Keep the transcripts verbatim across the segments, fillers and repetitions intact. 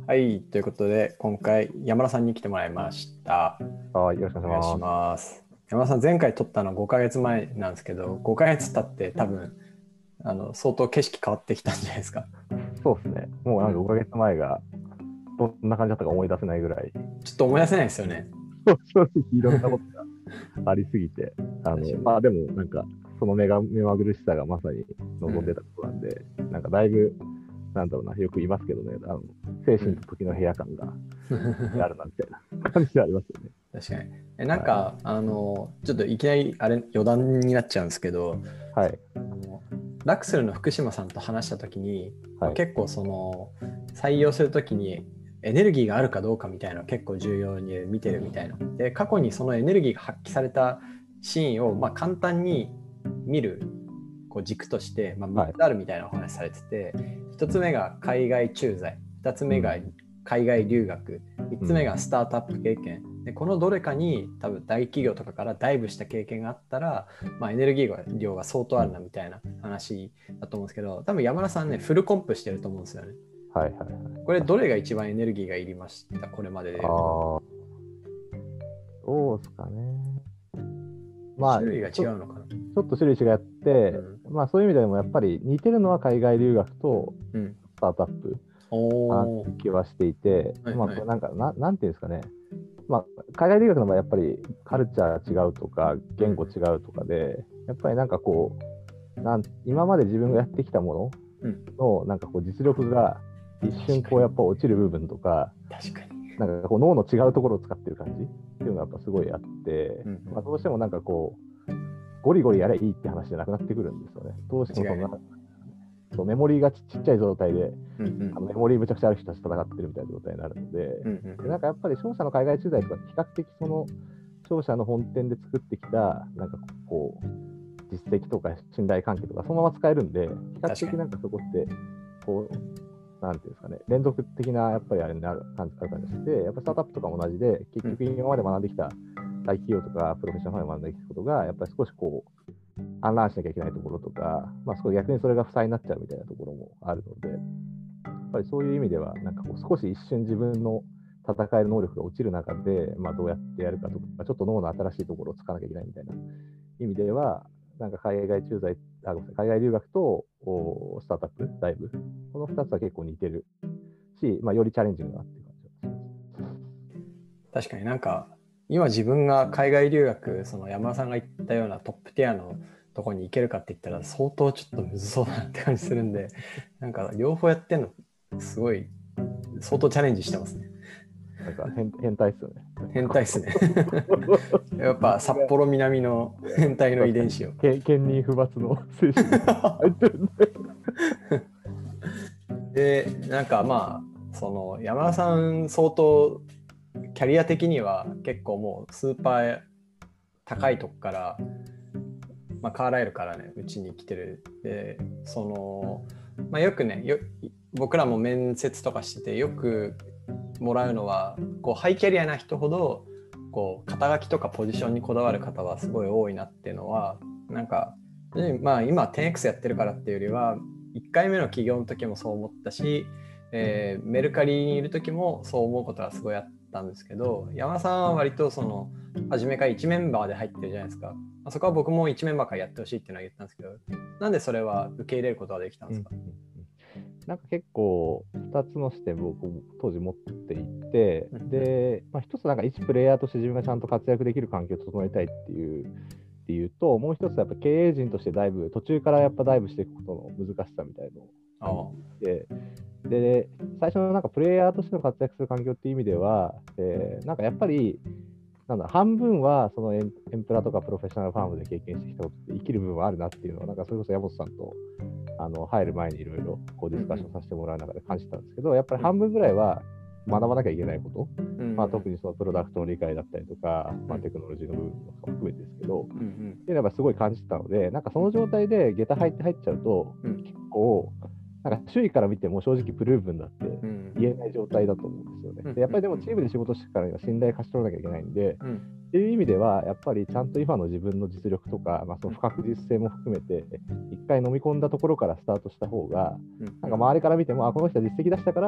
はい、ということで、今回、山田さんに来てもらいました。 はい、よろしくおお願いし願いします。 ます。山田さん、前回撮ったのごかげつまえなんですけど、ごかげつ経って多分、あの相当景色変わってきたんじゃないですか。 そうですね。もうなんかうん。 ごかげつまえがどんな感じだったか思い出せないぐらい、 ちょっと思い出せないですよね。 正直いろんなことがありすぎて、あの、 確かに。 まあでもなんか、その目が目まぐるしさがまさにうん。 望んでたことなんで、なんかだいぶ、なんだろうな、よく言いますけどね、あの精うん。 神と時の部屋感があるなみたいな感じでありますよね。 確かに。え、なんはい。 か、あの、ちょっといきなりあれ余談になっちゃうんですけど、 はい。 あのラクスルの福島さんと話したときに、まあ、 はい。 結構その採用するときにエネルギーがあるかどうかみたいなのを結構重要に見てるみたいな。で、過去にそのエネルギーが発揮されたシーンをまあ簡単に見るこう軸として、まあ、3 はい。 つあるみたいなお話されてて、ひとつめが海外駐在、ふたつめがうん。 海外留学、みっつめがうん。 スタートアップ経験。で、このどれかに多分大企業とかからダイブした経験があったら、まあ、エネルギー量が相当あるなみたいな話だと思うんですけど、多分山田さんね、フルコンプしてると思うんですよね。 はい。はい。はい。 これどれが確かに。 一番エネルギーがいりましたこれまでであ言うと。 あ、そうですかね。まあ、 種類がちょ、 違うのかな。 ちょっと種類違って、 うん。 まあそういう意味でもやっぱり似てるのは海外留学とうん。 スタートアップかなっておー。 いう気はしていて、まあはいはい。 これなんかな、なんていうんですかね、まあ海外留学の場合やっぱりカルチャー違うとか言語うん。 違うとかで、やっぱりなんかこう、なん今まで自分がやってきたもうん。 ののなんかこう実力が一瞬確かに。 こうやっぱ落ちる部分とか、 確かに。 なんかこう脳の違うところを使ってる感じっていうのがやっぱすごいあって、 うんうん。 まあ、どうしてもなんかこう、ゴリゴリやればいいって話じゃなくなってくるんですよね。どうしてもそんな、 間違いない。 そうメモリーがちちっちゃい状態で、 うんうん。 あのメモリーむちゃくちゃある人たち戦ってるみたいな状態になるので、 うんうんでなんかやっぱり商社の海外駐在とか比較的その商社の本店で作ってきた、なんかこう、実績とか信頼関係とかそのまま使えるんで、比較確かに。 的なんかそこって、こう、なんていうんですかね、連続的なやっぱりあれになる感じある感じがして、やっぱりスタートアップとかも同じで、結局今まで学んできた大企業とかプロフェッショナルで学んできたことが、やっぱり少しこう、アンラーンしなきゃいけないところとか、まあ、すごい逆にそれが負担になっちゃうみたいなところもあるので、やっぱりそういう意味では、なんかこう少し一瞬自分の戦える能力が落ちる中で、まあ、どうやってやるかとか、ちょっと脳の新しいところをつかなきゃいけないみたいな意味では、なんか海外駐在、あ、ごめんなさい、海外留学とスタートアップ、ダイブ、このふたつは結構似てるし、まあ、よりチャレンジングなっていう感じがします。 確かになんか今自分が海外留学、その山田さんが言ったようなトップティアのとこに行けるかって言ったら相当ちょっとむずそうだなって感じするんで、なんか両方やってんのすごい相当チャレンジしてますね。 なんか変変態っすよね。 変態っすね。やっ自ぱ分が札幌南のいや変態の遺確かに伝子を。 け兼任不抜の精神が入ってるんで。 で、なんかまあ、その山田さん相当キャリア的には結構もうスーパー高いとこから、まあ、カーライルからねうちに来てる。でその、まあ、よくねよ僕らも面接とかしててよくもらうのはこうハイキャリアな人ほどこう肩書きとかポジションにこだわる方はすごい多いなっていうのはなんか、まあ、今 テンエックス やってるからっていうよりはいっかいめの起業の時もそう思ったし、えーメルカリにいる時もそう思うことはすごいあったんですけど、山田さんは割とその初めからいちメンバーで入ってるじゃないですか。そこは僕もいちメンバーからやってほしいっていうのは言ったんですけど、なんでそれは受け入れることができたんですか？ うんうんうん、なんか結構ふたつの視点僕も当時持っていて、で、まあ、一つなんか一プレイヤーとして自分がちゃんと活躍できる環境を整えたいっていうっていうと、もう一つやっぱ経営陣としてだいぶ途中からやっぱダイブしていくことの難しさみたいのを感じて、で、最初のなんかプレイヤーとしての活躍する環境っていう意味では、えー、なんかやっぱりなんだ半分はそのエン、エンプラとかプロフェッショナルファームで経験してきたことって生きる部分はあるなっていうのは、なんかそれこそ山本さんとあの入る前にいろいろディスカッションさせてもらう中で感じたんですけど、やっぱり半分ぐらいは学ばなきゃいけないこと、 うんまあ、特にそのプロダクトの理解だったりとか、まあ、 うんテクノロジーの部分も含めてですけど、 うんうんっていうのはすごい感じてたので、なんかその状態で下駄入って入っちゃうと、 うん結構、なんか周囲から見ても正直プルーブンだってうん言えない状態だと思うんですよね。 うんでやっぱりでもチームで仕事してからには信頼貸し取らなきゃいけないんで、 うんっていう意味では、やっぱりちゃんと今の自分の実力とか、まあ、その不確実性も含めて、一回飲み込んだところからスタートした方が、 うんなんか周りから見ても、あ、この人は実績出したから、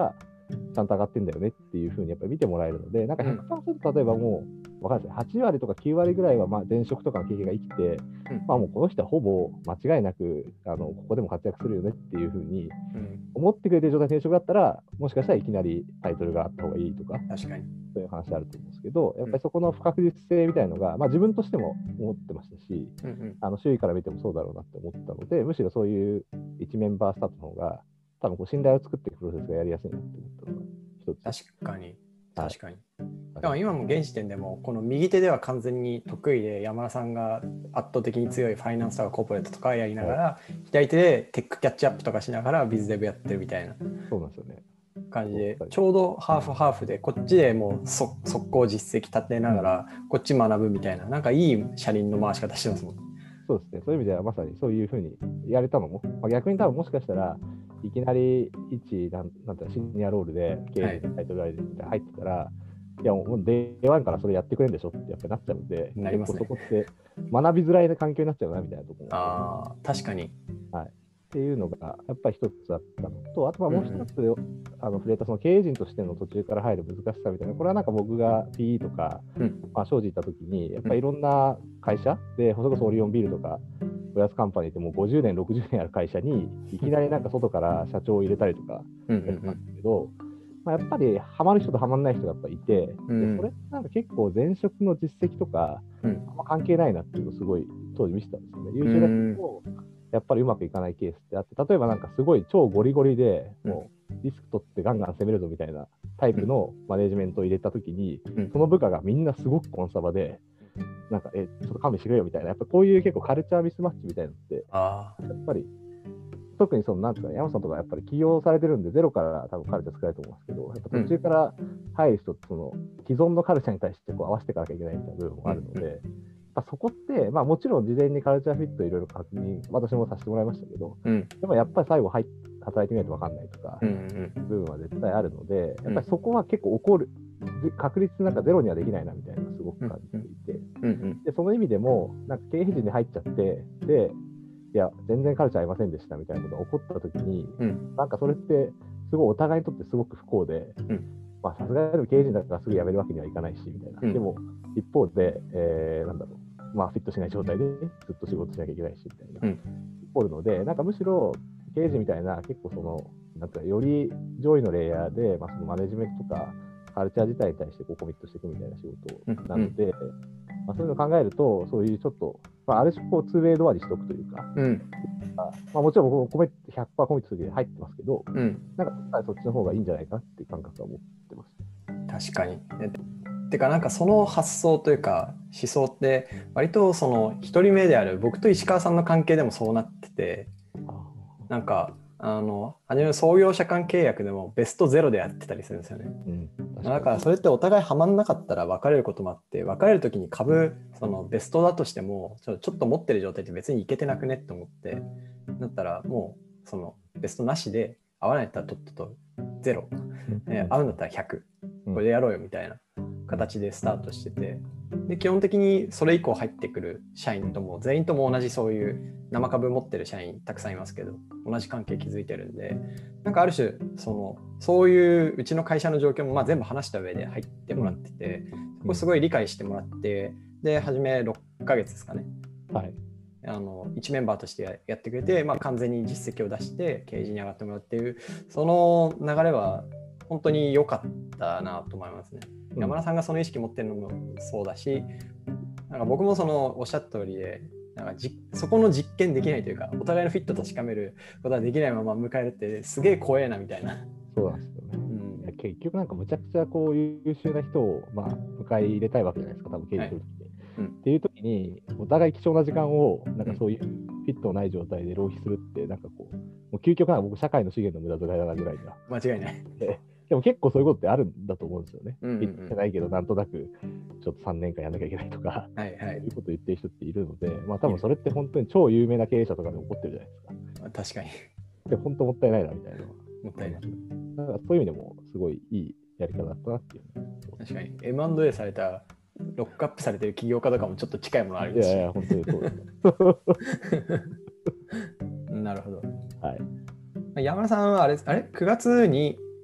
ちゃんと上がってんだよねっていうふうにやっぱり見てもらえるので、なんか ひゃくパーセント 例えばもう、わかんないですね、はちわりとかきゅうわりぐらいはまあ前職とかの経験が生きて、 うんまあもうこの人はほぼ間違いなくあのここでも活躍するよねっていうふうにうん思ってくれてる状態で転職だったら、もしかしたらいきなりタイトルがあった方がいいとか、 確かに。 そういう話あると思うんですけど、やっぱりそこの不確実性みたいのが、まあ、自分としても思ってましたし、 うんうん、 あの周囲から見てもそうだろうなって思ったので、むしろそういう一メンバースタートの方が、多分こう信頼を作っていくプロセスがやりやすいなって思ったのが一つ。 確かに。確かに。 はい、 でも今も現時点でもこの右手では完全に得意で山田さんが圧倒的に強いファイナンスとかコーポレートとかやりながら、はい、左手でテックキャッチアップとかしながらビズデブやってるみたいな感じで、ちょうどハーフハーフでこっちでもう速攻実績立てながらこっち学ぶみたいな、なんかいい車輪の回し方してますもん。 そうですね。そういう意味ではまさにそういうふうにやれたのも、まあ、逆に多分もしかしたらいきなり一なんなんてシニアロールで経営タイトルラインで入ってたら、はい、いやもうデイワンからそれやってくれるんでしょってやっぱりなっちゃうんで、 なりますね、 そこって学びづらい環境になっちゃうなみたいなところもあー確かに、 はい、っていうのがやっぱり一つあったのと、あとはもう一つ、うんうん、あの触れたその経営陣としての途中から入る難しさみたいな、これはなんか僕が ピーイー とか、うんまあ、商事行った時にやっぱりいろんな会社で、それこそオリオンビールとかおやつカンパニーってもうごじゅうねんろくじゅうねんある会社にいきなりなんか外から社長を入れたりとかやったんですけど、まあ、やっぱりハマる人とハマらない人がやっぱいて、うん、でそれなんか結構前職の実績とか、うん、あんま関係ないなっていうのをすごい当時見せたんですよね。優秀な人もやっぱりうまくいかないケースってあって、例えばなんかすごい超ゴリゴリでもうリスク取ってガンガン攻めるぞみたいなタイプのマネジメントを入れたときに、うん、その部下がみんなすごくコンサバで、なんかえちょっと勘弁してくれよみたいな、やっぱこういう結構カルチャーミスマッチみたいなのってあやっぱり特にそのなんですかね、山さんとかやっぱり起用されてるんでゼロから多分カルチャー作られると思うんですけど、やっぱ途中から入る人とその既存のカルチャーに対してこう合わせていかなきゃいけないみたいな部分もあるので、うんうん、そこって、まあ、もちろん事前にカルチャーフィットいろいろ確認私もさせてもらいましたけど、うん、でもやっぱり最後入働いてみないと分かんないとか、うんうん、部分は絶対あるので、やっぱりそこは結構起こる確率なんかゼロにはできないなみたいなすごく感じていて、うんうん、でその意味でもなんか経営陣に入っちゃってでいや全然カルチャー合いませんでしたみたいなことが起こった時に、うん、なんかそれってすごいお互いにとってすごく不幸で、うん、まあさすがに経営陣だからすぐ辞めるわけにはいかないしみたいな、うん、でも一方で、えー、なんだろうまあフィットしない状態でずっと仕事しなきゃいけないしみたいな、うん、起こるのでなんかむしろ経営陣みたいな結構そのなんかより上位のレイヤーで、まあ、そのマネジメントとかカルチャー自体に対してこうコミットしていくみたいな仕事なので、うんまあ、そういうのを考えるとそういうちょっと、まあ、ある種こうツーウェイドアにしておくというか、うんまあ、もちろん僕もコミット ひゃくパーセント コミットする時に入ってますけど、うん、なんかそっちの方がいいんじゃないかっていう感覚は持ってます。 確かに。てかなんかその発想というか思想って割とその一人目である僕と石川さんの関係でもそうなってて、なんかあの初めの創業者間契約でもベストゼロでやってたりするんですよね、うん、だからそれってお互いハマんなかったら別れることもあって、別れる時に株そのベストだとしてもちょ、ちょっと持ってる状態って別にいけてなくねって思って、だったらもうそのベストなしで合わないんだったらとっととゼロ、うん、えー、合うんだったらひゃくこれでやろうよみたいな形でスタートしてて、で基本的にそれ以降入ってくる社員とも全員とも同じそういう生株持ってる社員たくさんいますけど同じ関係築いてるんで、なんかある種そのそういううちの会社の状況もまあ全部話した上で入ってもらってて、そこすごい理解してもらって、で初めろっかげつですかね、はい、あのいちメンバーとしてやってくれて、まあ、完全に実績を出して経営陣に上がってもらうっていうその流れは本当に良かったなと思いますね。山田さんがその意識持ってるのもそうだし、なんか僕もそのおっしゃった通りで、なんかじそこの実験できないというか、お互いのフィットと確かめることはできないまま迎えるってすげえ怖えなみたいな。 そうなんですよね。うん、結局なんかむちゃくちゃこう優秀な人をまあ迎え入れたいわけじゃないですか、多分経営する時で、はいうん、っていう時にお互い貴重な時間をなんかそういうフィットのない状態で浪費するってなんかこう、もう究極な僕社会の資源の無駄遣いだなぐらいが間違いない。 でも結構そういうことってあるんだと思うんですよね。うんうんうん、言ってないけどなんとなくちょっとさんねんかんやんなきゃいけないとか、はいはい、そういうこと言ってる人っているので、まあ多分それって本当に超有名な経営者とかで起こってるじゃないですか。確かに。 で本当もったいないなみたいなのは。 もったいない。 だからそういう意味でもすごいいいやり方だったなっていう。 確かに エムアンドエー されたロックアップされてる起業家とかもちょっと近いものありますし。 いやいや本当にそうです。 なるほど。 はい。 山田さんはあれあれくがつに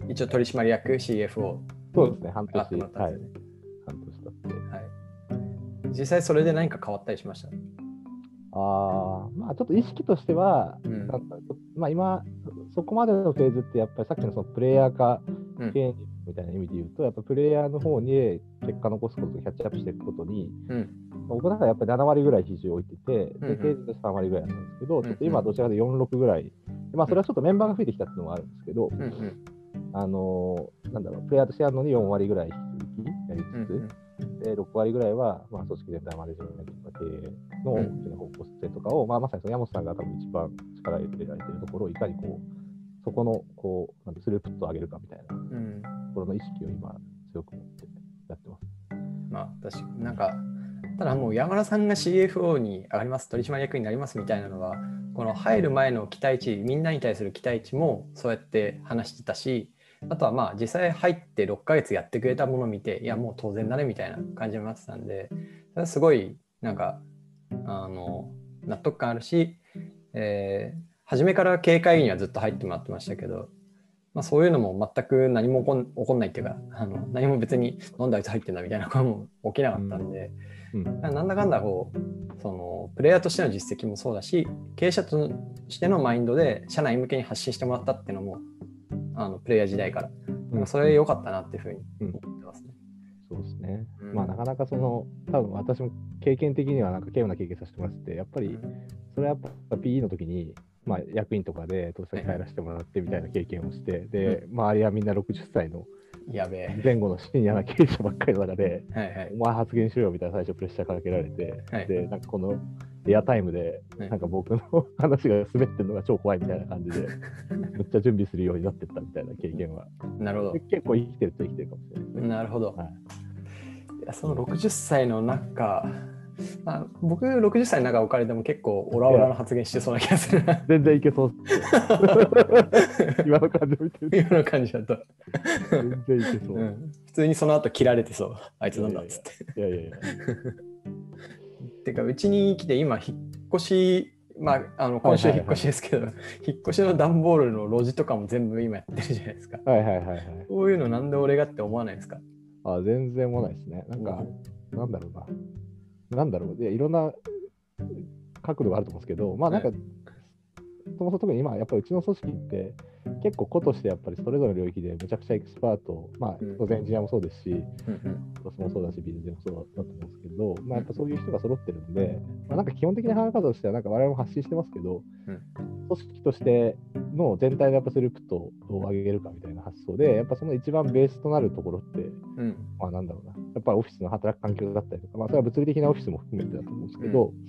一応取締役 シーエフオーそうですね、半年。 あってもらったんですよね。 半年経って。 はい。実際それで何か変わったりしました？ あまあ、ちょっと意識としては、うん、なんかまあ、今、そこまでのフェーズって、やっぱりさっきのそのプレイヤー化チェンジみたいな意味で言うと、うん、やっぱプレイヤーの方に結果残すこととキャッチアップしていくことに、うん、僕の中でやっぱりななわりぐらい比重を置いてて、で、経営でさんわりぐらいなんですけど、ちょっと今、どちらかでよん、ろくぐらい、まあ、それはちょっとメンバーが増えてきたっていうのもあるんですけど、うんうん、あのー、なんだろう、プレイヤーとしてやるのによんわりぐらい引き続きやりつつ、うんうんでろくわりぐらいは、まあ、組織全体マネジメントとか経営の大きな方向性とかを、うんまあ、まさにその山本さんが多分一番力を入れられているところをいかにこうそこのこうなんてスループットを上げるかみたいなところの意識を今強く持ってやってます。 まあ確かになんかただもう山田さんが シーエフオー に上がります取締役になりますみたいなのはこの入る前の期待値みんなに対する期待値もそうやって話してたしあとはまあ実際入ってろっかげつやってくれたものを見ていやもう当然だねみたいな感じになってたんでそれはすごいなんかあの納得感あるし、えー、初めから経営会議にはずっと入ってもらってましたけど、まあ、そういうのも全く何も起こん、起こんないっていうかあの何も別になんであいつ入ってんだみたいなことも起きなかったんで、うんうん、なんだかんだこうそのプレイヤーとしての実績もそうだし経営者としてのマインドで社内向けに発信してもらったっていうのもあのプレイヤー時代からなんかそれ良かったなっていうふうに思ってますね。 うん、そうですね。うん、まあなかなかその多分私も経験的にはなんか稀有な経験させてもらってやっぱりそれはやっぱ ピーイー の時にまあ役員とかで投資先入らせてもらってみたいな経験をして、はい、で周りはみんなろくじゅっさいのやべえ前後のシニアな経営者ばっかりの中で、はいはい、お前発言しろよみたいな最初プレッシャーかけられて、はい、でなんかこのエアタイムでなんか僕の話が滑ってるのが超怖いみたいな感じでめっちゃ準備するようになってったみたいな経験はなるほど結構生きてると生きてるかもしれないですね。 なるほど、はい、いやそのろくじゅっさいの中、まあ、僕ろくじゅっさいの中置かれても結構オラオラの発言してそうな気がするな。 全然いけそう今の感じ見てる今の感じだと全然いけそう、うん、 普通にその後切られてそうあいつなんだっつっていやいやいやてかうちに来て今引っ越しまああの今週引っ越しですけど、はいはいはい、引っ越しの段ボールの路地とかも全部今やってるじゃないですか。 はいはいはいはい。 そういうのなんで俺がって思わないですか？ あ全然思わないですね。なんか、うん、なんだろうな。なんだろう。いやいろんな角度があると思うんですけど、まあなんか、はい、そもそも特に今やっぱりうちの組織って結構個としてやっぱりそれぞれの領域でめちゃくちゃエキスパート、まあ当然エンジニアもそうですし、コスもそうだしビズでもそうだと思うんですけど、まあやっぱそういう人が揃ってるんで、まあ、なんか基本的な考え方としてはなんか我々も発信してますけど、うん、組織としての全体のやっぱスループットをどう上げるかみたいな発想で、やっぱその一番ベースとなるところって、うん、まあなんだろうな、やっぱりオフィスの働く環境だったりとか、まあそれは物理的なオフィスも含めてだと思うんですけど、うん、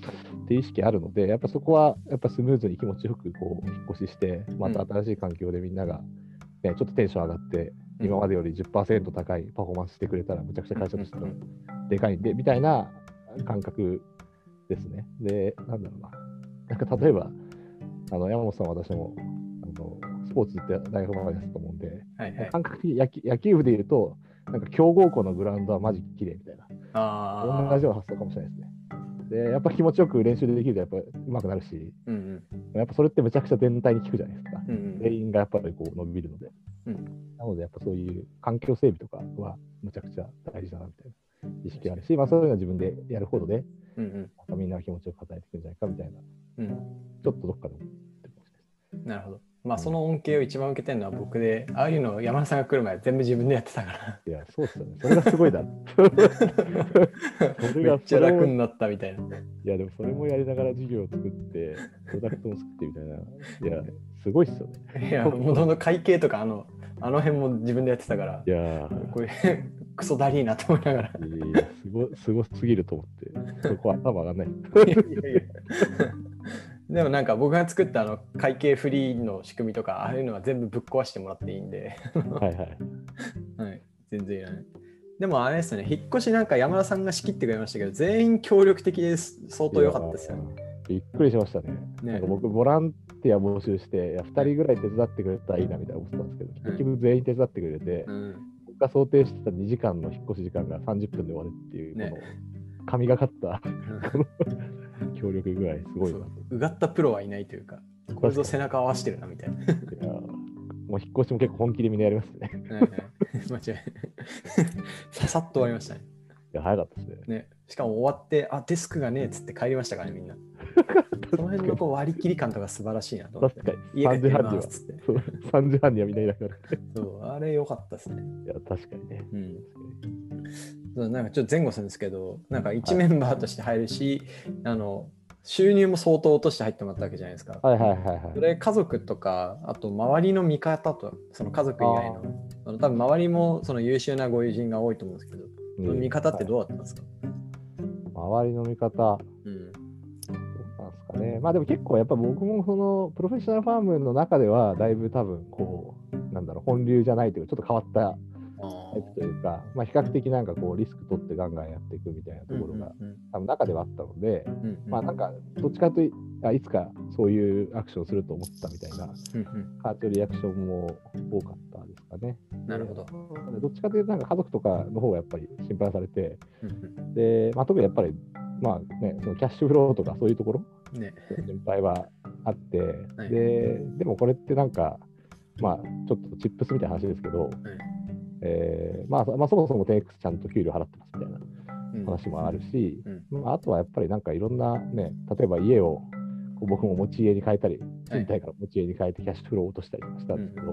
っていう意識あるので、やっぱそこはやっぱスムーズに気持ちよくこう引っ越しして、また新しい環境でみんなが、ね、ちょっとテンション上がって、今までより じゅっパーセント 高いパフォーマンスしてくれたら、むちゃくちゃ会社としてはでかいんで、みたいな感覚ですね。で、なんだろうな。なんか例えば、あの山本さんは私もあのスポーツって大学までやったと思うんで、はいはい、感覚的に野球、野球部でいうと、なんか強豪校のグラウンドはマジ綺麗みたいな、あ同じような発想かもしれないですね。で、やっぱ気持ちよく練習できるとやっぱ上手くなるし、うんうん、やっぱそれってめちゃくちゃ全体に効くじゃないですか。うんうん、全員がやっぱりこう伸びるので、うん。なのでやっぱそういう環境整備とかはむちゃくちゃ大事だなみたいな意識あるし、まあそういうのは自分でやるほどで、うんうん、なんかみんな気持ちよく働いていくんじゃないかみたいな、うん、ちょっとどっかで思ってるかもしれないです。 なるほど。まあその恩恵を一番受けてるのは僕で、ああいうのを山田さんが来る前全部自分でやってたから。 いや、そうっすよね。それがすごいだ。 それがめっちゃ楽になったみたいな。いや、でもそれもやりながら事業を作って、プロダクトも作ってみたいな。いや、すごいっすよね。 いや、もとの会計とかあの、あの辺も自分でやってたから、 いやこれクソだりーなと思いながら。 いやすごすごすぎると思って、そこは頭上がんない。いやいやいやでもなんか僕が作ったあの会計フリーの仕組みとかああいうのは全部ぶっ壊してもらっていいんではいはい、 はい、全然いらない。でもあれですね、引っ越しなんか山田さんが仕切ってくれましたけど全員協力的で相当良かったですよね。 びっくりしましたね。ねなんか僕ボランティア募集していやふたりぐらい手伝ってくれたらいいなみたいな思ってたんですけど、結局全員手伝ってくれて、うん、僕が想定してたにじかんの引っ越し時間がさんじゅっぷんで終わるっていう、ね、この神がかった協力具合すごいな。 うがったプロはいないというか、これぞ背中合わせてるなみたいな。いやもう引っ越しも結構本気でみんなやりますね。 はいはい、間違いささっと終わりましたね。 いや、早かったですね。 ね、しかも終わって、あ、デスクがねえっつって帰りましたからね、みんな。その辺のこう割り切り感とか素晴らしいなと思って。 確かに。 家帰ってさんじはんには、 ますっつって。 そうさんじはんにはみんないなくなる。 そう、あれ良かったですね。 いや、確かにね。 うん。そうなんかちょっと前後するんですけど、なんか一メンバーとして入るし、はい、あの収入も相当落として入ってもらったわけじゃないですか。 はいはいはいはい。 それ家族とか、あと周りの見方と、その家族以外の、その多分周りもその優秀なご友人が多いと思うんですけど、その見方ってどうだったんですか？ 周りの見方、うん、どうなんですかね。まあでも結構やっぱ僕もそのプロフェッショナルファームの中ではだいぶ多分こうなんだろう本流じゃないというかちょっと変わったタイプというか、まあ、比較的なんかこうリスク取ってガンガンやっていくみたいなところが、うんうんうん、多分中ではあったので、うんうん、まあなんかどっちかというといつかそういうアクションをすると思ったみたいな、うんうん、ハートリアクションも多かったですかね。 なるほど。 どっちかというとなんか家族とかの方がやっぱり心配されて、うんうん、で、まあ、特にやっぱりまあね、そのキャッシュフローとかそういうところ、ね、心配はあって、はい、で、でもこれってなんかまあちょっとチップスみたいな話ですけど、はい、えーまあ、まあそもそも テンエックス ちゃんと給料払ってますみたいな話もあるし、うんうんまあ、あとはやっぱりなんかいろんなね、例えば家をこう僕も持ち家に変えたり、賃貸から持ち家に変えてキャッシュフローを落としたりしたんですけど、うん、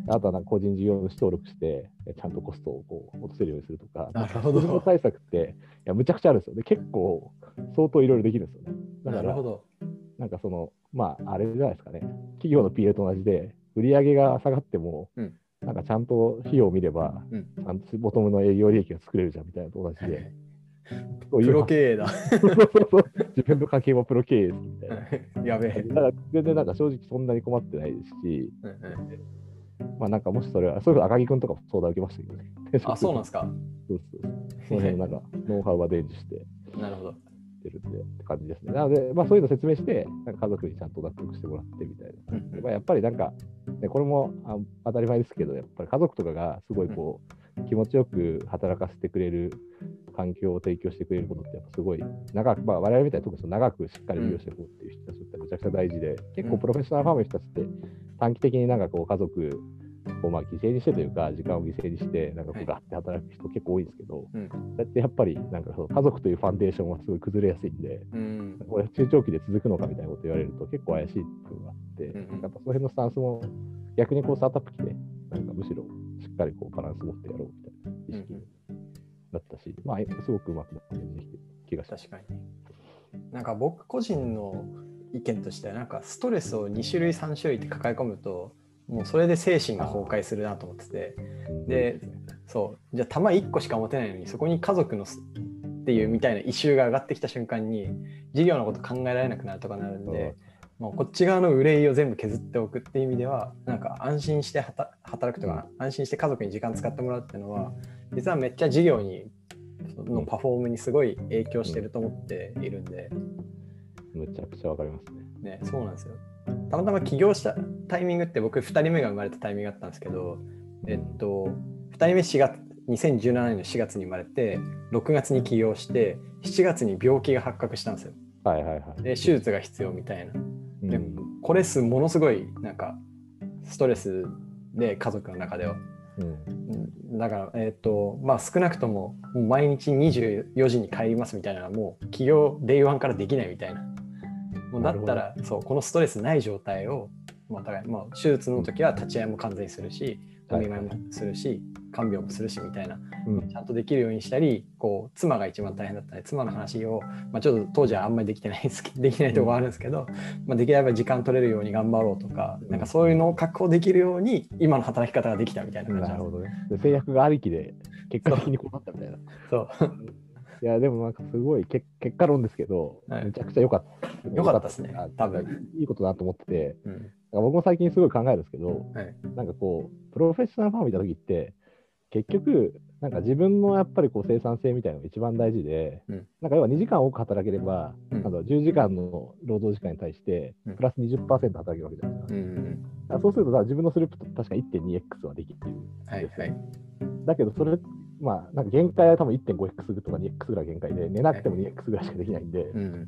あとはなんか個人事業主登録してちゃんとコストをこう落とせるようにするとか、 なるほど。 キャッシュフロー対策っていやむちゃくちゃあるんですよ。で結構相当いろいろできるんですよね。だからなるほど。 なんかそのまああれじゃないですかね。企業の ピーエル と同じで売上が下がっても、うんなんかちゃんと費用を見れば、うん、ちゃんとボトムの営業利益が作れるじゃんみたいなと同じで。 プロ経営だ。 自分の家計もプロ経営ですみたいな。 やべえ。 だから全然なんか正直そんなに困ってないですし、うんうん、まあなんかもしそれは、そういうこと赤木君とかも相談受けましたけどね。 あ、そうなんですか。 そうそう。その辺のなんかノウハウは伝授して。 なるほど。 るんでって感じですね。なので、まあ、そういうの説明して、なんか家族にちゃんと納得してもらってみたいな。うんまあ、やっぱりなんか、ね、これもあ当たり前ですけど、やっぱり家族とかがすごいこう、うん、気持ちよく働かせてくれる環境を提供してくれることって、やっぱすごい長く、まあ、我々みたいに特にその長くしっかり利用していこうっていう人たちってめちゃくちゃ大事で、結構プロフェッショナルファームの人たちって短期的になんかこう家族をまあ犠牲にしてというか、時間を犠牲にして、なんかこうガッて働く人結構多いんですけど、はい、それってやっぱりなんかその家族というファンデーションはすごい崩れやすいんで、うん、これ中長期で続くのかみたいなこと言われると結構怪しい部分があって、うん、やっぱその辺のスタンスも逆にこうスタートアップ来て、なんかむしろしっかりこうバランス持ってやろうみたいな意識だったし、うん、まあすごくうまくなってきて気がします。 確かに。なんか僕個人の意見としては、なんかストレスをに種類さん種類って抱え込むと、もうそれで精神が崩壊するなと思ってて、で、そうじゃあ弾いっこしか持てないのにそこに家族のっていうみたいなイシューが上がってきた瞬間に事業のこと考えられなくなるとかなるんで、もうこっち側の憂いを全部削っておくっていう意味では、なんか安心して働くとか安心して家族に時間使ってもらうっていうのは実はめっちゃ事業にのパフォームにすごい影響してると思っているんで、 めちゃくちゃわかりますね。ね、そうなんですよ。たまたま起業したタイミングって僕ふたりめが生まれたタイミングだったんですけど、えっとふたりめしがつにせんじゅうななねんのしがつに生まれてろくがつに起業してしちがつに病気が発覚したんですよ。 はいはいはい。 で手術が必要みたいな。でこれすものすごいなんかストレスで家族の中では。うん、だからえっとまあ少なくとももう毎日にじゅうよじに帰りますみたいなのはもう起業デイワンからできないみたいな。もうだったらそうこのストレスない状態を、まあ互いまあ、手術の時は立ち会いも完全にするし、お見舞いもするし、看病もするしみたいな、うん、ちゃんとできるようにしたり、こう妻が一番大変だったので妻の話を、まあ、ちょっと当時はあんまりできてないですできないところがあるんですけど、まあ、できれば時間取れるように頑張ろうとか、なんかそういうのを確保できるように今の働き方ができたみたいな感じなんです。 なるほどね。で制約がありきで結果的にこうなったみたいな。 そういやでもなんかすごい結果論ですけど、はい、めちゃくちゃ良かった。 良かったですね。多分いいことだと思ってて、うん、僕も最近すごい考えるんですけど、はい、なんかこうプロフェッショナルファーム見た時って結局なんか自分のやっぱりこう生産性みたいなのが一番大事で、うん、なんか要はにじかん多く働ければ、うん、なんかじゅうじかんの労働時間に対してプラス にじゅっパーセント 働けるわけじゃないですか。うんうん、そうすると自分のスループと確か いってんにエックス はできるんですよ。はいはい、だけどそれまあなんか限界は多分 いってんごエックス とか にエックス ぐらい限界で寝なくても にエックス ぐらいしかできないんで、はいうん、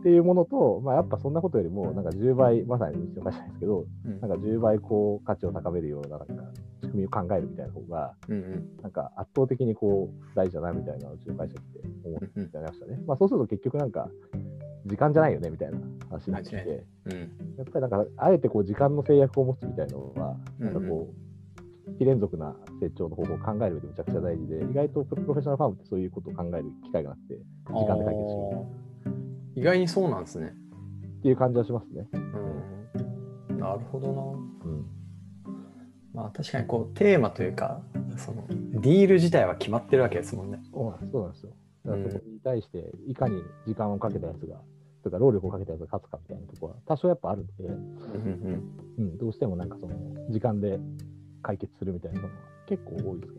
っていうものと、まあ、やっぱそんなことよりもなんかじゅうばい、まさにうちの会社ですけど、うん、なんかじゅうばいこう価値を高めるようななんか仕組みを考えるみたいな方が、うんうん、なんか圧倒的にこう大事だなみたいなうちの会社って思ってましたね。うんうん、まあ、そうすると結局なんか時間じゃないよねみたいな話になってきて、うん、やっぱりなんかあえてこう時間の制約を持つみたいなのは、なんかこう非連続な成長の方法を考える上でめちゃくちゃ大事で、意外とプロフェッショナルファームってそういうことを考える機会がなくて、時間で解決する。 意外にそうなんですね。 っていう感じはしますね。 うん、なるほどな。うん、まあ確かにこうテーマというかそのディール自体は決まってるわけですもんね。 そうなんですよ。だからそこに対していかに時間をかけたやつが、というか労力をかけたやつが勝つかみたいなところは多少やっぱあるんで、うんうん、どうしてもなんかその時間で解決するみたいなのは結構多いですから。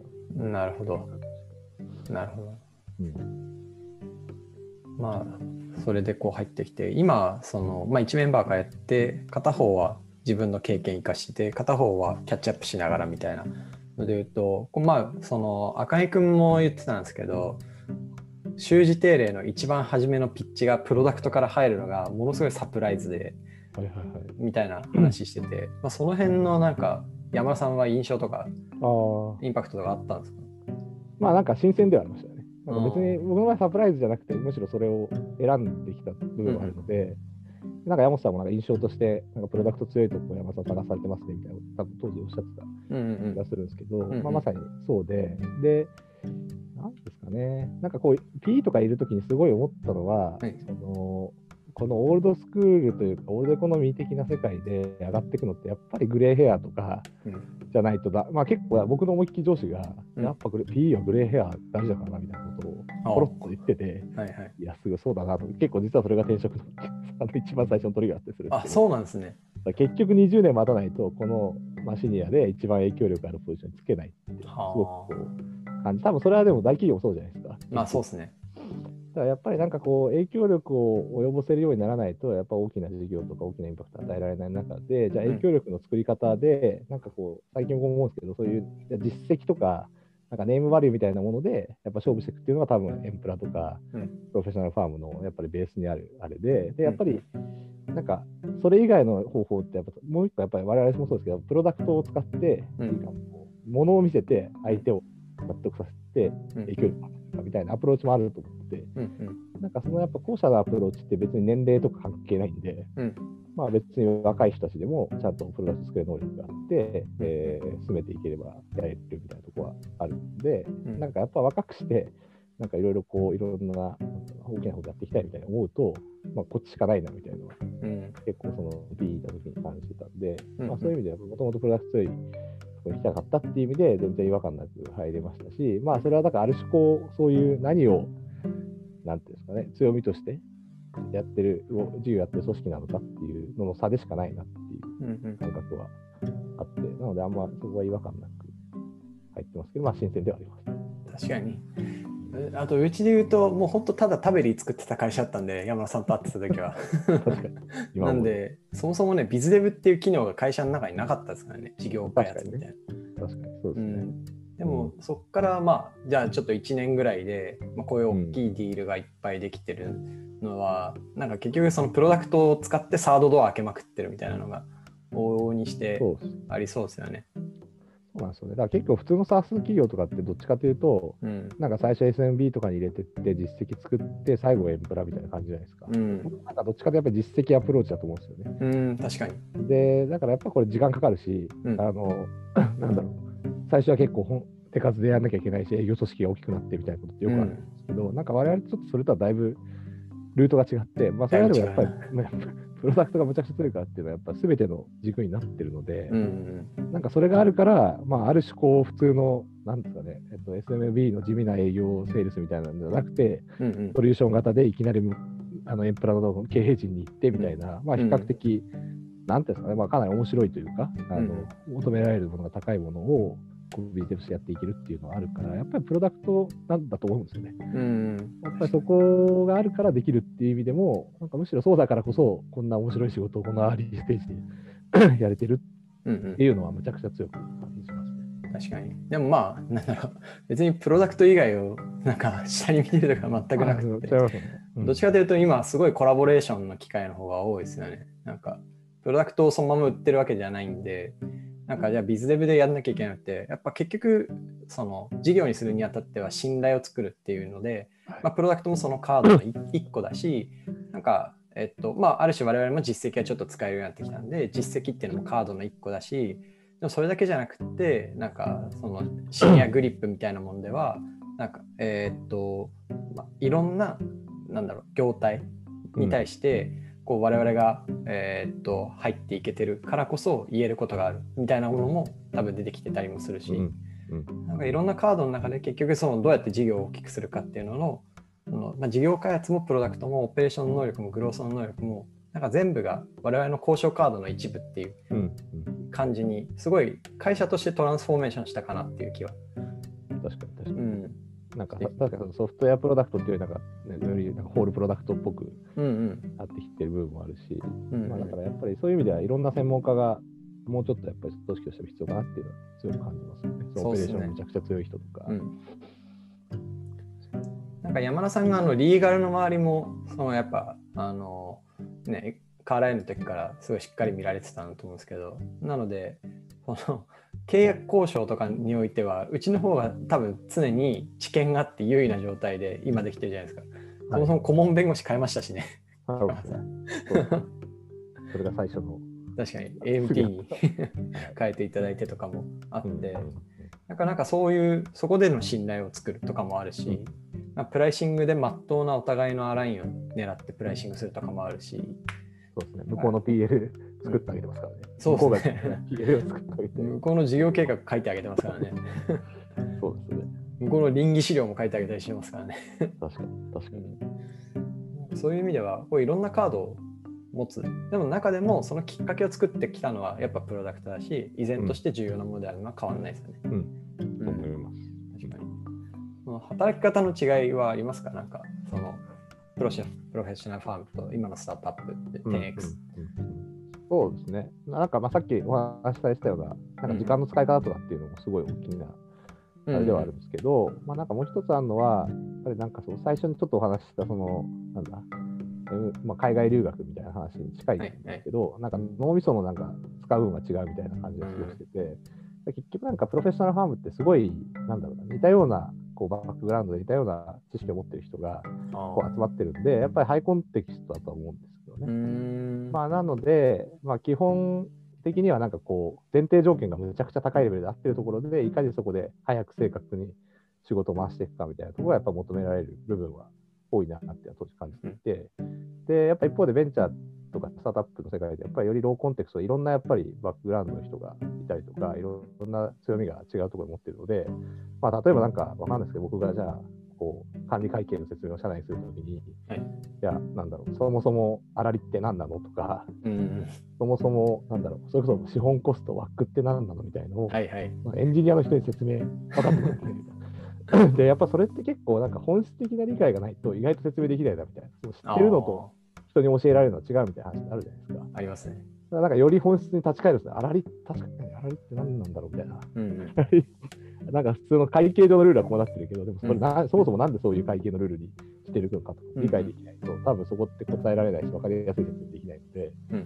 なるほど。なるほど。うん、まあそれでこう入ってきて、今その、まあ、いちメンバーがやって片方は自分の経験生かして片方はキャッチアップしながらみたいなので言うと、まあその赤井くんも言ってたんですけど、習字定例の一番初めのピッチがプロダクトから入るのがものすごいサプライズで、はいはいはい、みたいな話してて、まあ、その辺のなんか山田さんは印象とかインパクトとかあったんですか？ まあなんか新鮮ではありましたね。なんか別に僕の場合サプライズじゃなくてむしろそれを選んできた部分があるので、うんうん、なんか山本さんもなんか印象としてなんかプロダクト強いところ山本さん探されてますねみたいな多分当時おっしゃってた気がするんですけど、うんうん、まあ、まさにそうで、でなんですかね、なんかこう ピー とかいるときにすごい思ったのは、はい、そのこのオールドスクールというかオールドエコノミー的な世界で上がっていくのってやっぱりグレーヘアとかじゃないとだ、まあ結構僕の思いっきり上司が、うん、やっぱ ピー はグレーヘア大事だからなみたいなことをポロッと言ってて、はいはい、いやすぐそうだなと、結構実はそれが転職のあの一番最初のトリガーってするんですけど、 あ、そうなんですね。 結局にじゅうねん待たないとこの、まあ、シニアで一番影響力あるポジションにつけないってすごくこう感じ、多分それはでも大企業もそうじゃないですか。 まあそうですね。 だからやっぱりなんかこう影響力を及ぼせるようにならないとやっぱ大きな事業とか大きなインパクトを与えられない中で、じゃあ影響力の作り方でなんかこう最近も思うんですけど、そういう実績とかなんかネームバリューみたいなものでやっぱ勝負していくっていうのが多分エンプラとかプロフェッショナルファームのやっぱりベースにあるあれで、でやっぱりなんかそれ以外の方法ってやっぱもう一個やっぱり我々もそうですけど、プロダクトを使ってものを見せて相手を納得させて影響力をみたいなアプローチもあると思って、うんうん、なんかそのやっぱ後者のアプローチって別に年齢とか関係ないんで、うん、まあ別に若い人たちでもちゃんとプロダクト作る能力があって、えー、進めていければやれるみたいなところはあるんで、うん、なんかやっぱ若くしてなんかいろいろこういろんな大きなことやっていきたいみたいな思うと、まあこっちしかないなみたいなのは、うん、結構その ピー いた時に感じてたんで、うんうん、まあそういう意味ではもともとプロダクト強い行きたかったっていう意味で全然違和感なく入れましたし、まあそれはだからある種こうそういう何をなんていうんですかね、強みとしてやってる事業やってる組織なのかっていうのの差でしかないなっていう感覚はあって、うんうん、なのであんまそこは違和感なく入ってますけど、まあ新鮮ではあります。 確かに。あとうちで言うともう本当ただタベリー作ってた会社だったんで、山田さんと会ってた時は確かになんでそもそもねビズデブっていう機能が会社の中になかったですからね、事業開発みたいな。 確かにそうですね、うん、 でも、うん、そっからまあじゃあちょっといちねんぐらいで、まあ、こういう大きいディールがいっぱいできてるのは、うん、なんか結局そのプロダクトを使ってサードドア開けまくってるみたいなのが往々にしてありそうですよね。 そうなんですよね。だから結構普通の SaaS 企業とかってどっちかというと、うん、なんか最初 エスエムビー とかに入れてって実績作って最後エンプラみたいな感じじゃないですか。うん、なんかどっちかというとやっぱり実績アプローチだと思うんですよね。 うん、確かに。 で、だからやっぱこれ時間かかるし、うん、あのなんだろう、最初は結構本手数でやんなきゃいけないし、営業組織が大きくなってみたいなことってよくあるんですけど、うん、なんか我々ちょっとそれとはだいぶルートが違って、まあそれでもやっぱりプロダクトがむちゃくちゃ強いからっていうのはやっぱ全ての軸になってるので、うんうん、なんかそれがあるから、まあ、ある種こう普通のなんですかね、えっと、エスエムビー の地味な営業セールスみたいなのではなくて、うんうん、ソリューション型でいきなりあのエンプラの経営陣に行ってみたいな、うん、まあ比較的、うん、なんていうんですかね、まあ、かなり面白いというか、あの、うん、求められるものが高いものをビジネスやっていけるっていうのがあるから、やっぱりプロダクトなんだと思うんですよね。うん、やっぱりそこがあるからできるっていう意味でも、なんかむしろそうだからこそ、こんな面白い仕事をこのアーリーステージでやれてるっていうのはむちゃくちゃ強く感じしますね。 確かに。でもまあ、なんだろう、別にプロダクト以外をなんか下に見てるとか全くなくて、 あ、ねうん、 どっちかというと今すごいコラボレーションの機会の方が多いですよね。なんか、プロダクトをそのまま売ってるわけじゃないんで、なんかじゃあビズデブでやんなきゃいけなくて、やっぱ結局、その事業にするにあたっては信頼を作るっていうので、まあ、プロダクトもそのカードのいっこだし、なんか、えっと、まあ、ある種我々も実績がちょっと使えるようになってきたんで、実績っていうのもカードのいっこだし、でもそれだけじゃなくて、なんかそのシニアグリップみたいなもんでは、なんかえーっと、まあ、いろんな、なんだろう、業態に対して、こう我々が、えーっと入っていけてるからこそ言えることがあるみたいなものも多分出てきてたりもするし、 うんうん、 なんかいろんなカードの中で結局そのどうやって事業を大きくするかっていうのの、そのまあ、事業開発もプロダクトもオペレーション能力もグロースの能力もなんか全部が我々の交渉カードの一部っていう感じにすごい会社としてトランスフォーメーションしたかなっていう気は。 確かに確かに。うん、なんか確かにソフトウェアプロダクトっていうよりなんか、ね、よりなんかホールプロダクトっぽくなってきてる部分もあるし、うんうん、まあ、だからやっぱりそういう意味ではいろんな専門家がもうちょっとやっぱり組織としても必要かなっていうのは強く感じますよね。そのオペレーションめちゃくちゃ強い人とか。うん、 なんか山田さんがあのリーガルの周りもそのやっぱあのねカーラインの時からすごいしっかり見られてたと思うんですけど、なのでこの契約交渉とかにおいてはうちの方が多分常に知見があって優位な状態で今できてるじゃないですか。そもそも顧問弁護士変えましたしね。 はい、そうそれが最初の確かに エーエムティー に変えていただいてとかもあって、なんかなんかそういうそこでの信頼を作るとかもあるし、まあ、プライシングで真っ当なお互いのアラインを狙ってプライシングするとかもあるし、 そうですね、向こうの ピーエル 作ってあげてますからね。 うん、そうですね。 向こうが ピーエル を作ってあげて。 向こうの事業計画書いてあげてますからね。 そうですね。 向こうの倫理資料も書いてあげたりしてますからね。 確かに、確かに。 うん、そういう意味では、こういろんなカードを持つ。でも中でもそのきっかけを作ってきたのはやっぱプロダクトだし、依然として重要なものであるのは変わらないですよね。 うん。うん、思います。 確かに。その働き方の違いはありますか？なんかそのプロシェプロフェッショナルファームと今のスタートアップって テンエックス、うんうんうん、 そうですね。なんかまあさっきお話しされてたような、なんか時間の使い方とかっていうのもすごい大きなあれではあるんですけど、うん、まあなんかもう一つあるのは、やっぱりなんかその最初にちょっとお話ししたそのなんだ、まあ、海外留学みたいな話に近いんですけど、はいはい、なんか脳みそのなんか使う分が違うみたいな感じがすごいしてて、うん、結局なんかプロフェッショナルファームってすごいなんだろうな、似たようなこうバックグラウンドで似たような知識を持ってる人がこう集まってるんで、やっぱりハイコンテキストだと思うんですけどね。うんまあ、なので、まあ、基本的にはなんかこう前提条件がむちゃくちゃ高いレベルで合ってるところでいかにそこで早く正確に仕事を回していくかみたいなところがやっぱ求められる部分は多いなっていうのは当時感じていて、でやっぱ一方でベンチャーとかスタートアップの世界でやっぱりよりローコンテクストでいろんなやっぱりバックグラウンドの人がいたりとかいろんな強みが違うところを持っているので、まあ、例えばなんかわかんないですけど僕がじゃあこう管理会計の説明を社内にするときに、はい、いやなんだろうそもそも粗利って何なのとか、うん、そもそもなんだろうそれこそ資本コストワックって何なのみたいなのを、はいはいまあ、エンジニアの人に説明分かってくれてでやっぱそれって結構なんか本質的な理解がないと意外と説明できないなみたいな、知ってるのと人に教えられるのは違うみたいな話になるじゃないですか。 ありますね。 だからなんかより本質に立ち返るんですね。粗利確かに粗利って何なんだろうみたいな。うん、なんか普通の会計上のルールはこうなってるけど、でもそれな、うん、そもそもなんでそういう会計のルールにしてるのかと理解できないと、うん、多分そこって答えられないし分かりやすい説明できないので、うん、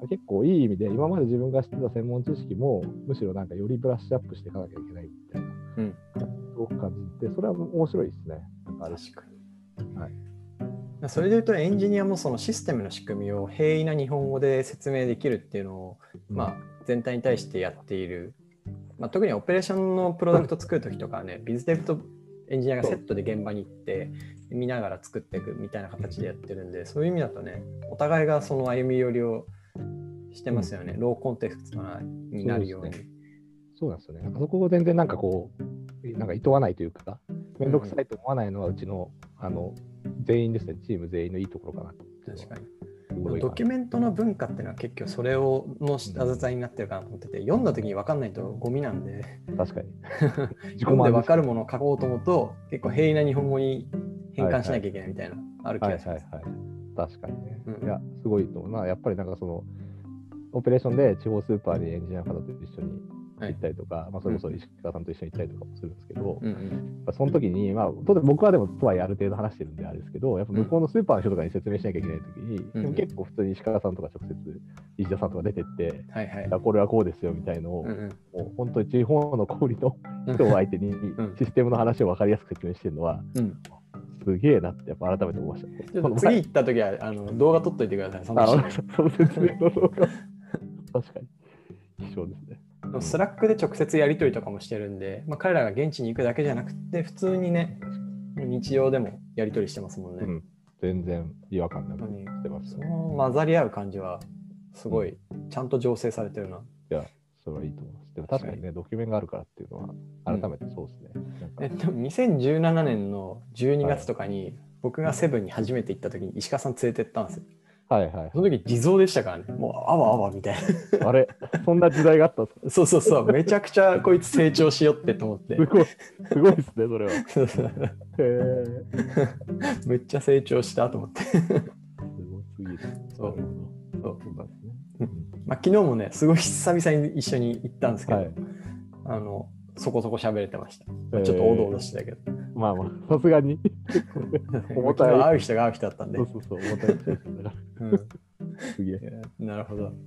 結構いい意味で今まで自分が知ってた専門知識もむしろなんかよりブラッシュアップしていかなきゃいけないみたいな、うん、すごく感じて、それは面白いですね。 確かに。はい。それでいうとエンジニアもそのシステムの仕組みを平易な日本語で説明できるっていうのを、まあ、全体に対してやっている、まあ、特にオペレーションのプロダクト作るときとかはね、ビズデブとエンジニアがセットで現場に行って見ながら作っていくみたいな形でやってるんで、そういう意味だとね、お互いがその歩み寄りをしてますよね、うん、ローコンテクストになるように。 そうなんですよね。そこを全然なんかこう、なんか厭わないというか、めんどくさいと思わないのはうちの、あの全員ですね、チーム全員のいいところかな。 確かに。ドキュメントの文化っていうのは結局それをの下支えになってるかなと思ってて、読んだ時に分かんないとゴミなんで、 確かに読んで分かるものを書こうと思うと結構平易な日本語に変換しなきゃいけないみたいな、はいはい、ある気がします。はいはいはい、 確かにね、うん、いやすごいと思うな。やっぱりなんかそのオペレーションで地方スーパーにエンジニアの方と一緒に行ったりとか、はい、まあ、それこそ石川さんと一緒に行ったりとかもするんですけど、 うんうん、 その時に、まあ、当然僕はでもとはいえある程度話してるんであれですけど、やっぱ向こうのスーパーの人とかに説明しなきゃいけない時に、うん、でも結構普通に石川さんとか直接石田さんとか出てって、はいはい、これはこうですよみたいのを、うんうん、もう本当に地方の小売りの人を相手にシステムの話を分かりやすく説明してるのは、うん、すげえなってやっぱ改めて思いました。 ちょっと次行った時はあの動画撮っといてください。そのあその説明の動画確かに貴重ですね。 スラックで直接やり取りとかもしてるんで、まあ、彼らが現地に行くだけじゃなくて普通にね日常でもやり取りしてますもんね。うん、 全然違和感なくしてます、 ね、その混ざり合う感じはすごいちゃんと醸成されてるな。 いやそれはいいと思います。でも確かにね、ドキュメンがあるからっていうのは改めてそうですね。うん、 なんかえでもにせんじゅうななねんのじゅうにがつとかに、はい、僕がセブンに初めて行った時に石川さん連れてったんですよ。 はいはい。 その時地蔵でしたからね。もうあわあわみたいな。あれそんな時代があったんですか？ そうそうそう。めちゃくちゃこいつ成長しよってと思って。 すごいすごいですねそれは。へめっちゃ成長したと思って。すごすぎる。 そうそうそうなんですね。まあ昨日もねすごい久々に一緒に行ったんですけど、はい、あのそこそこ喋れてました。まあ、ちょっとおどおどしてたけど。 まあまあさすがに重たい会う人が会う人だったんで。 そうそうそう重たい人だから。うん、すげえ。 なるほど。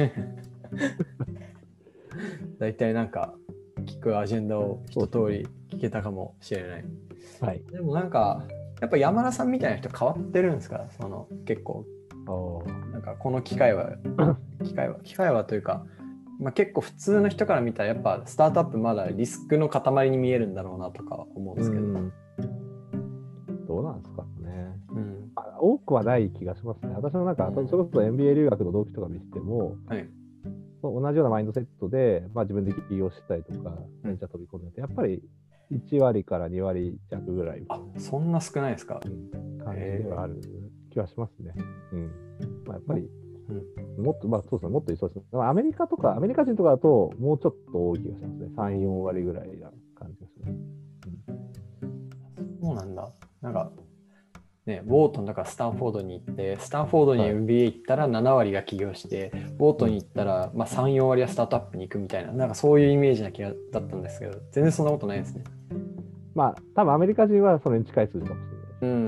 だいたいなんか聞くアジェンダを一通り聞けたかもしれない。 はい。 でもなんかやっぱ山田さんみたいな人変わってるんですか？その結構なんかこの機会は機会は機会はというか。まあ、結構普通の人から見たらやっぱスタートアップまだリスクの塊に見えるんだろうなとか思うんですけど、うん、 どうなんですかね、うん、多くはない気がしますね。私のなんか、うん、それこそ エムビーエー 留学の同期とか見てても、はい、同じようなマインドセットで、まあ、自分で起業したりとかベンチャー飛び込んでてやっぱりいちわりからにわり弱ぐらい、 あそんな少ないですか、 うん、感じではある気はしますね。うんまあ、やっぱりうん、もっと、まあそうですね、もっといそうですね。アメリカとか、アメリカ人とかだと、もうちょっと多い気がしますね。さん、よんわりぐらいな感じですね。 うん、そうなんだ。なんか、ね、ウォートンだからスタンフォードに行って、スタンフォードに エムビーエー 行ったらななわりが起業して、はい、ウォートンに行ったら、まあ、さん、よんわりはスタートアップに行くみたいな、なんかそういうイメージな気がだったんですけど、全然そんなことないですね。 まあ、多分アメリカ人はそれに近い数字かもしれない。うん。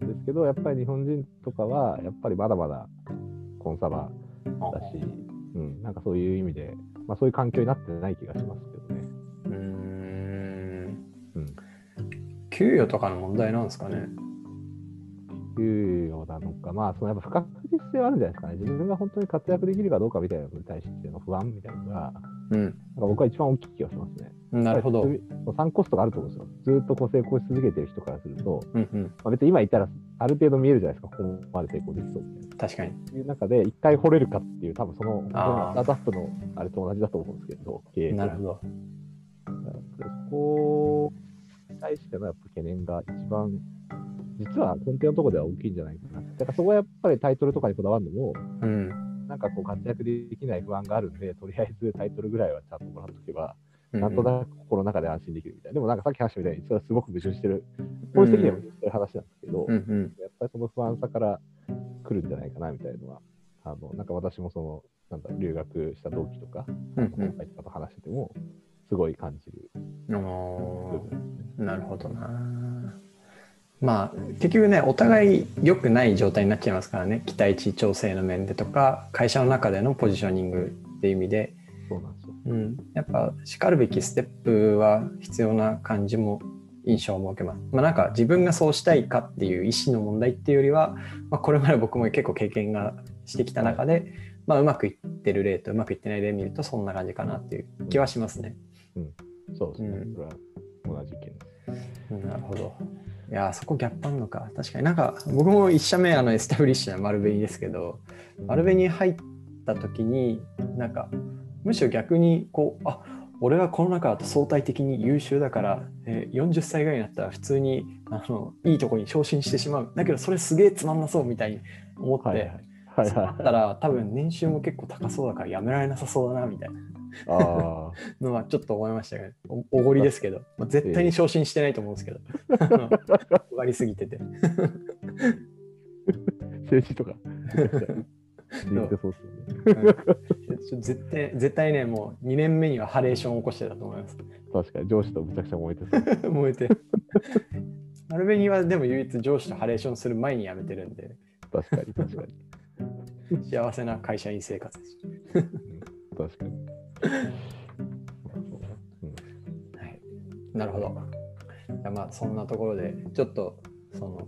ですけど、やっぱり日本人とかは、やっぱりまだまだ、コンサバだし、うん、なんかそういう意味で、まあ、そういう環境になってない気がしますけどね。うーん、 うん、給与とかの問題なんですかね。 給与なのか、まあ、そのやっぱ不確実性はあるんじゃないですかね。自分が本当に活躍できるかどうかみたいなのに対しての不安みたいなのが、うん、なんか僕は一番大きい気がしますね。 なるほど。 参考コストがあると思うんですよ。ずっとこう成功し続けてる人からすると、うんうんまあ、別に今言ったらある程度見えるじゃないですか、ここまで成功できそうみたいな。 確かに。 いう中で一回掘れるかっていう、多分そのスタートアップのあれと同じだと思うんですけど、経営なるほど。 そこに対してのやっぱ懸念が一番、実は根底のところでは大きいんじゃないかな。だからそこはやっぱりタイトルとかにこだわるのも、うん、なんかこう活躍できない不安があるんで、とりあえずタイトルぐらいはちゃんともらっておけば、なんとなく心の中で安心できるみたいな。でもなんかさっき話したみたいに、それはすごく矛盾してる、本質的には矛盾してる話なんですけど、うんうん、やっぱりその不安さから来るんじゃないかなみたいなのは、あのなんか私もその、なんだろう、留学した同期とか、うんうん、後輩とかと話してても、すごい感じる。 なるほどな。まあ結局ね、お互い良くない状態になっちゃいますからね。期待値調整の面でとか、会社の中でのポジショニングっていう意味で。 そうなんですよ。 うん、やっぱしかるべきステップは必要な感じも印象を受けます。まあなんか自分がそうしたいかっていう意思の問題っていうよりは、まあ、これまで僕も結構経験がしてきた中で、はい、まあうまくいってる例とうまくいってない例を見るとそんな感じかなっていう気はしますね。 うん、うん、そうですね。うん、それは同じ意見です。 うん、なるほど。いやそこギャップあるのか。確かになんか僕も一社目あのエスタブリッシュな丸紅ですけど、丸紅に入った時になんかむしろ逆にこう、あ、俺はこの中だと相対的に優秀だから、えー、よんじゅっさいぐらいになったら普通にあのいいとこに昇進してしまう。だけどそれすげえつまんなそうみたいに思って、はいはいはいはい、そうなったら多分年収も結構高そうだからやめられなさそうだなみたいなあのはちょっと思いましたね。おおごりですけど、まあ、絶対に昇進してないと思うんですけど、おがりすぎてて政治とか言ってそうですよね。 絶対、絶対ね、もうにねんめにはハレーションを起こしてたと思います。 確かに上司とむちゃくちゃ燃えてた。 燃えて。アルベニはでも唯一上司とハレーションする前に辞めてるんで、 確かに確かに。 幸せな会社員生活です。 確かに。 はい、なるほど。まあそんなところでちょっとその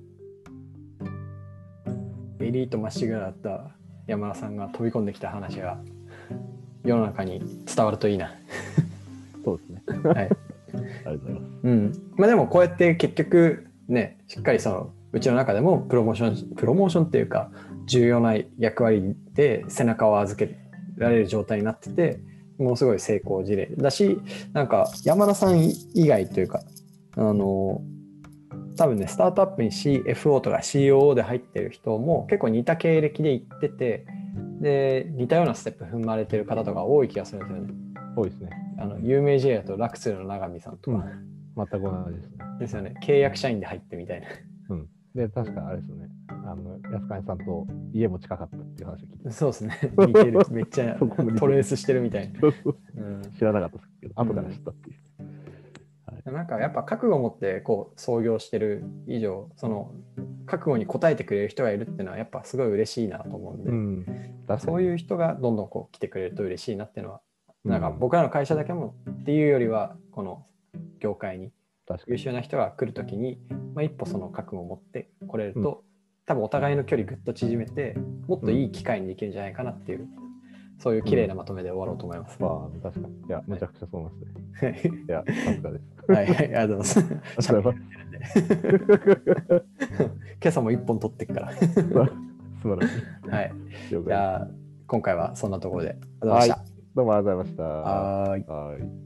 エリートまっしぐらだった山田さんが飛び込んできた話が世の中に伝わるといいな。 そうですね。 はい。 ありがとうございます。 うん。まあでもこうやって結局ね、しっかりそのうちの中でもプロモーションプロモーションっていうか重要な役割で背中を預けられる状態になってて、ものすごい成功事例だし、なんか山田さん以外というか、あの多分ねスタートアップに シーエフオー とか シーオーオー で入ってる人も結構似た経歴で行ってて、で似たようなステップ踏まれてる方とか多い気がするんですよね。 多いですね。 あの有名事例だとラクスルの永見さんとか、 うん、全く同じですね。 ですよね。契約社員で入ってみたいな。 うん。で確かあれですよね。あの安金さんと家も近かったっていう話を聞いて。 そうですね。似てる。めっちゃトレースしてるみたいな。 うん、知らなかったですけど、後から知ったっていう。 うん、なんかやっぱ覚悟を持ってこう創業してる以上、その覚悟に応えてくれる人がいるっていうのはやっぱすごい嬉しいなと思うんで、うん、そういう人がどんどんこう来てくれると嬉しいなっていうのは、なんか僕らの会社だけもっていうよりはこの業界に優秀な人が来るときに、まあ、一歩その覚悟を持ってこれると、うん、多分お互いの距離ぐっと縮めてもっといい機会にできるんじゃないかなっていう、うん、そういう綺麗なまとめで終わろうと思います。 うん、まあ確かに。いや、めちゃくちゃそう思いますね。いや、さすがです。 はい、はい、ありがとうございます。今朝も一本取ってっから。 素晴らしい。 はい。じゃあ今回はそんなところでありがとうございました。 はい、どうもありがとうございました。 はい。 はい。